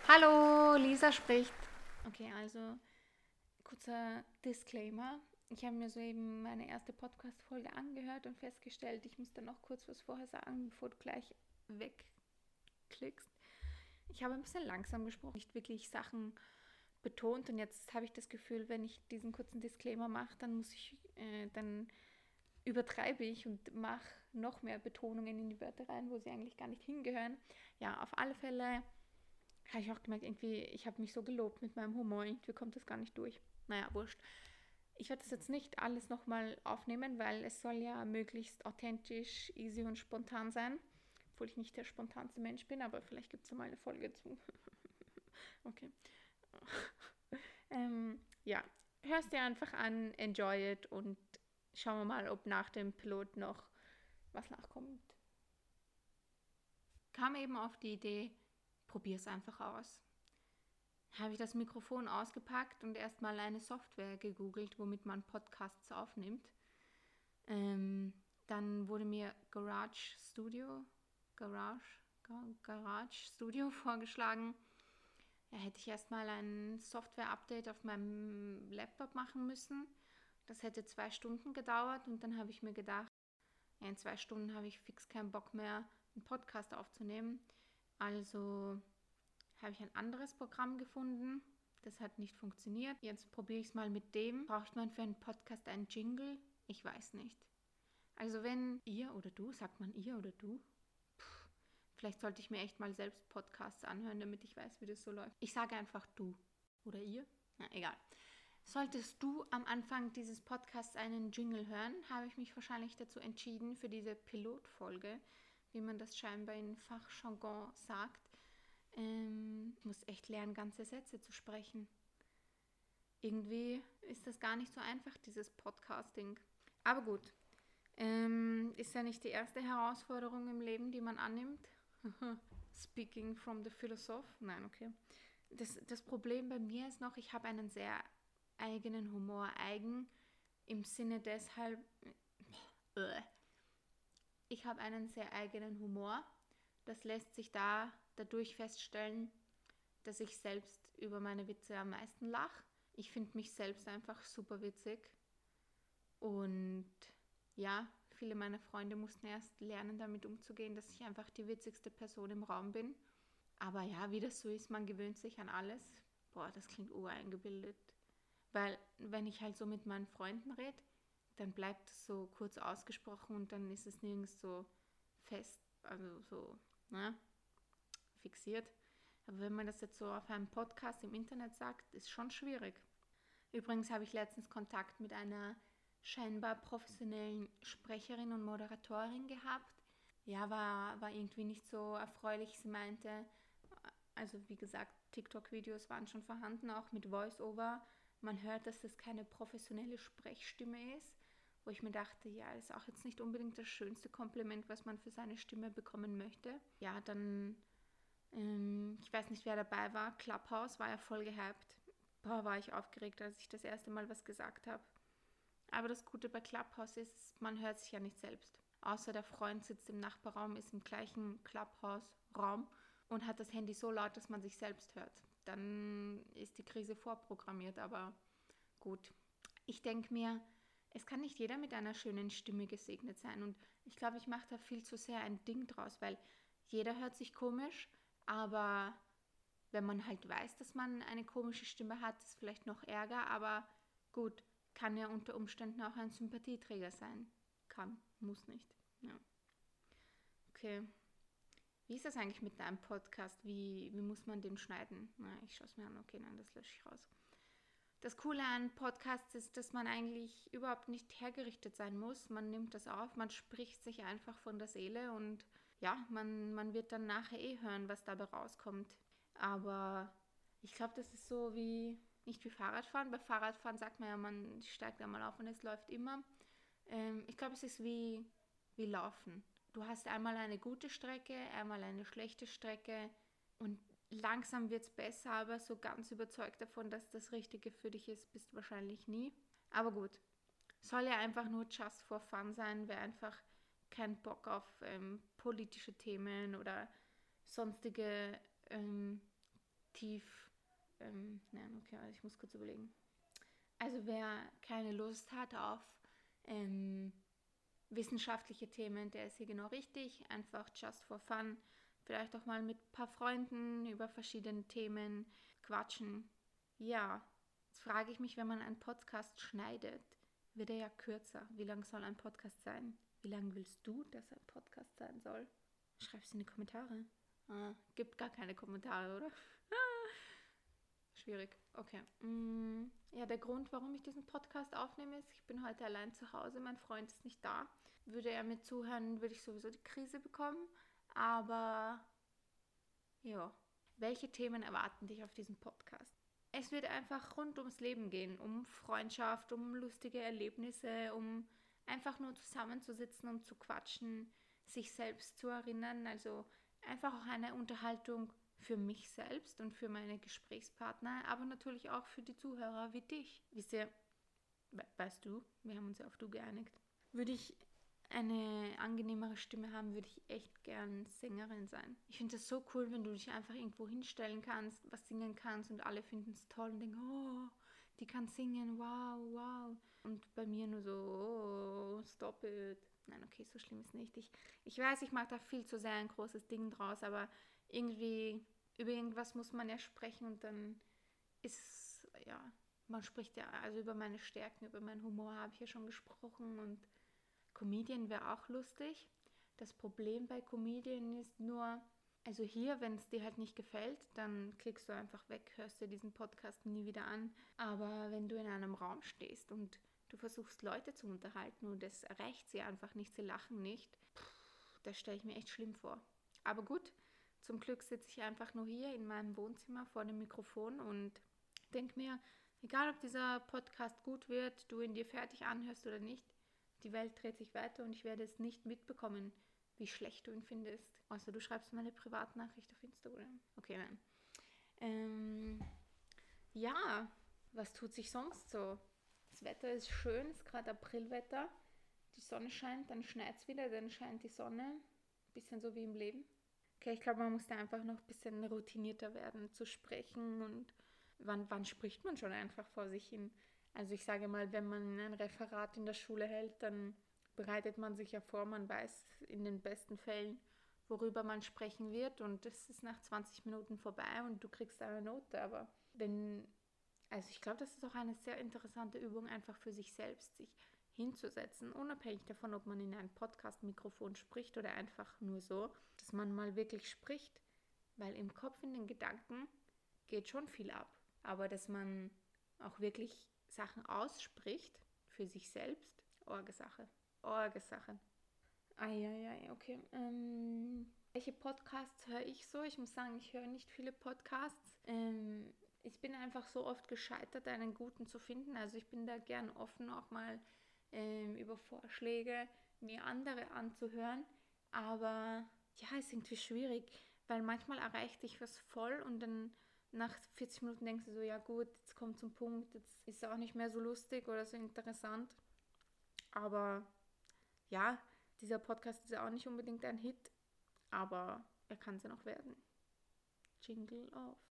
Hallo, Lisa spricht. Okay, also kurzer Disclaimer. Ich habe mir soeben meine erste Podcast-Folge angehört und festgestellt, ich muss dann noch kurz was vorher sagen, bevor du gleich wegklickst. Ich habe ein bisschen langsam gesprochen, nicht wirklich Sachen betont und jetzt habe ich das Gefühl, wenn ich diesen kurzen Disclaimer mache, dann übertreibe ich und mache noch mehr Betonungen in die Wörter rein, wo sie eigentlich gar nicht hingehören. Ja, auf alle Fälle habe ich auch gemerkt, irgendwie, ich habe mich so gelobt mit meinem Humor, irgendwie kommt das gar nicht durch. Naja, wurscht. Ich werde das jetzt nicht alles nochmal aufnehmen, weil es soll ja möglichst authentisch, easy und spontan sein. Obwohl ich nicht der spontanste Mensch bin, aber vielleicht gibt es ja mal eine Folge zu. Okay. Ja, hörst dir einfach an, enjoy it und schauen wir mal, ob nach dem Pilot noch was nachkommt. Kam eben auf die Idee, probier es einfach aus. Habe ich das Mikrofon ausgepackt und erstmal eine Software gegoogelt, womit man Podcasts aufnimmt. Dann wurde mir Garage Studio vorgeschlagen. Ja, hätte ich erstmal ein Software-Update auf meinem Laptop machen müssen. Das hätte 2 Stunden gedauert und dann habe ich mir gedacht, ja, in 2 Stunden habe ich fix keinen Bock mehr, einen Podcast aufzunehmen. Also habe ich ein anderes Programm gefunden. Das hat nicht funktioniert. Jetzt probiere ich es mal mit dem. Braucht man für einen Podcast einen Jingle? Ich weiß nicht. Also wenn ihr oder du, sagt man ihr oder du? Vielleicht sollte ich mir echt mal selbst Podcasts anhören, damit ich weiß, wie das so läuft. Ich sage einfach du oder ihr. Na, egal. Solltest du am Anfang dieses Podcasts einen Jingle hören, habe ich mich wahrscheinlich dazu entschieden, für diese Pilotfolge, wie man das scheinbar in Fachjargon sagt. Ich muss echt lernen, ganze Sätze zu sprechen. Irgendwie ist das gar nicht so einfach, dieses Podcasting. Aber gut, ist ja nicht die erste Herausforderung im Leben, die man annimmt. Speaking from the Philosoph. Nein, okay. Das Problem bei mir ist noch, ich habe einen sehr eigenen Humor. Eigen im Sinne deshalb, ich habe einen sehr eigenen Humor. Das lässt sich dadurch feststellen, dass ich selbst über meine Witze am meisten lache. Ich finde mich selbst einfach super witzig. Und ja, viele meiner Freunde mussten erst lernen, damit umzugehen, dass ich einfach die witzigste Person im Raum bin. Aber ja, wie das so ist, man gewöhnt sich an alles. Boah, das klingt ureingebildet. Weil wenn ich halt so mit meinen Freunden rede, dann bleibt es so kurz ausgesprochen und dann ist es nirgends so fest, also so, ne, fixiert. Aber wenn man das jetzt so auf einem Podcast im Internet sagt, ist schon schwierig. Übrigens habe ich letztens Kontakt mit einer scheinbar professionellen Sprecherin und Moderatorin gehabt. Ja, war irgendwie nicht so erfreulich. Sie meinte, also wie gesagt, TikTok-Videos waren schon vorhanden, auch mit Voice-Over. Man hört, dass das keine professionelle Sprechstimme ist, wo ich mir dachte, ja, das ist auch jetzt nicht unbedingt das schönste Kompliment, was man für seine Stimme bekommen möchte. Ja, dann, ich weiß nicht, wer dabei war, Clubhouse war ja voll gehypt. Boah, war ich aufgeregt, als ich das erste Mal was gesagt habe. Aber das Gute bei Clubhouse ist, man hört sich ja nicht selbst. Außer der Freund sitzt im Nachbarraum, ist im gleichen Clubhouse-Raum und hat das Handy so laut, dass man sich selbst hört. Dann ist die Krise vorprogrammiert, aber gut. Ich denke mir, es kann nicht jeder mit einer schönen Stimme gesegnet sein und ich glaube, ich mache da viel zu sehr ein Ding draus, weil jeder hört sich komisch, aber wenn man halt weiß, dass man eine komische Stimme hat, ist es vielleicht noch Ärger, aber gut, kann ja unter Umständen auch ein Sympathieträger sein. Kann, muss nicht. Ja. Okay. Wie ist das eigentlich mit deinem Podcast? Wie muss man den schneiden? Na, ich schaue es mir an. Okay, nein, das lösche ich raus. Das Coole an Podcasts ist, dass man eigentlich überhaupt nicht hergerichtet sein muss. Man nimmt das auf, man spricht sich einfach von der Seele und ja, man wird dann nachher hören, was dabei rauskommt. Aber ich glaube, das ist so wie, nicht wie Fahrradfahren. Bei Fahrradfahren sagt man ja, man steigt einmal auf und es läuft immer. Ich glaube, es ist wie Laufen. Du hast einmal eine gute Strecke, einmal eine schlechte Strecke und langsam wird es besser, aber so ganz überzeugt davon, dass das Richtige für dich ist, bist du wahrscheinlich nie. Aber gut, soll ja einfach nur just for fun sein, wer einfach keinen Bock auf politische Themen oder sonstige tief, nein, okay, also ich muss kurz überlegen. Also wer keine Lust hat auf wissenschaftliche Themen, der ist hier genau richtig. Einfach just for fun. Vielleicht auch mal mit ein paar Freunden über verschiedene Themen quatschen. Ja, jetzt frage ich mich, wenn man einen Podcast schneidet, wird er ja kürzer. Wie lang soll ein Podcast sein? Wie lang willst du, dass ein Podcast sein soll? Schreib's in die Kommentare. Gibt gar keine Kommentare, oder? Schwierig. Okay. Ja, der Grund, warum ich diesen Podcast aufnehme, ist, ich bin heute allein zu Hause, mein Freund ist nicht da. Würde er mir zuhören, würde ich sowieso die Krise bekommen. Aber ja, welche Themen erwarten dich auf diesem Podcast? Es wird einfach rund ums Leben gehen, um Freundschaft, um lustige Erlebnisse, um einfach nur zusammenzusitzen und zu quatschen, sich selbst zu erinnern. Also einfach auch eine Unterhaltung für mich selbst und für meine Gesprächspartner, aber natürlich auch für die Zuhörer wie dich. Wisst ihr, weißt du, wir haben uns ja auf du geeinigt. Würde ich eine angenehmere Stimme haben, würde ich echt gern Sängerin sein. Ich finde es so cool, wenn du dich einfach irgendwo hinstellen kannst, was singen kannst und alle finden es toll und denken, oh, die kann singen, wow, wow. Und bei mir nur so, oh, stop it. Nein, okay, so schlimm ist nicht. Ich weiß, ich mache da viel zu sehr ein großes Ding draus, aber irgendwie, über irgendwas muss man ja sprechen und dann ist, ja, man spricht ja, also über meine Stärken, über meinen Humor habe ich ja schon gesprochen und Comedian wäre auch lustig. Das Problem bei Comedian ist nur, also hier, wenn es dir halt nicht gefällt, dann klickst du einfach weg, hörst dir diesen Podcast nie wieder an. Aber wenn du in einem Raum stehst und du versuchst Leute zu unterhalten und es erreicht sie einfach nicht, sie lachen nicht, das stelle ich mir echt schlimm vor. Aber gut, zum Glück sitze ich einfach nur hier in meinem Wohnzimmer vor dem Mikrofon und denke mir, egal ob dieser Podcast gut wird, du ihn dir fertig anhörst oder nicht, die Welt dreht sich weiter und ich werde es nicht mitbekommen, wie schlecht du ihn findest. Also du schreibst mir eine Privatnachricht auf Instagram. Okay, nein. Ja, was tut sich sonst so? Das Wetter ist schön, es ist gerade Aprilwetter. Die Sonne scheint, dann schneit es wieder, dann scheint die Sonne. Bisschen so wie im Leben. Okay, ich glaube, man muss da einfach noch ein bisschen routinierter werden zu sprechen und wann spricht man schon einfach vor sich hin? Also ich sage mal, wenn man ein Referat in der Schule hält, dann bereitet man sich ja vor, man weiß in den besten Fällen, worüber man sprechen wird und das ist nach 20 Minuten vorbei und du kriegst eine Note, aber also ich glaube, das ist auch eine sehr interessante Übung einfach für sich selbst, sich hinzusetzen, unabhängig davon, ob man in ein Podcast-Mikrofon spricht oder einfach nur so, dass man mal wirklich spricht, weil im Kopf, in den Gedanken geht schon viel ab, aber dass man auch wirklich Sachen ausspricht für sich selbst, Orgesache. Eieiei, okay. Welche Podcasts höre ich so? Ich muss sagen, ich höre nicht viele Podcasts. Ich bin einfach so oft gescheitert, einen guten zu finden. Also ich bin da gern offen, auch mal über Vorschläge mir andere anzuhören. Aber ja, ist irgendwie schwierig, weil manchmal erreicht dich was voll und dann nach 40 Minuten denkst du so, ja gut, jetzt kommt zum Punkt, jetzt ist es auch nicht mehr so lustig oder so interessant. Aber ja, dieser Podcast ist ja auch nicht unbedingt ein Hit, aber er kann es ja noch werden. Jingle off.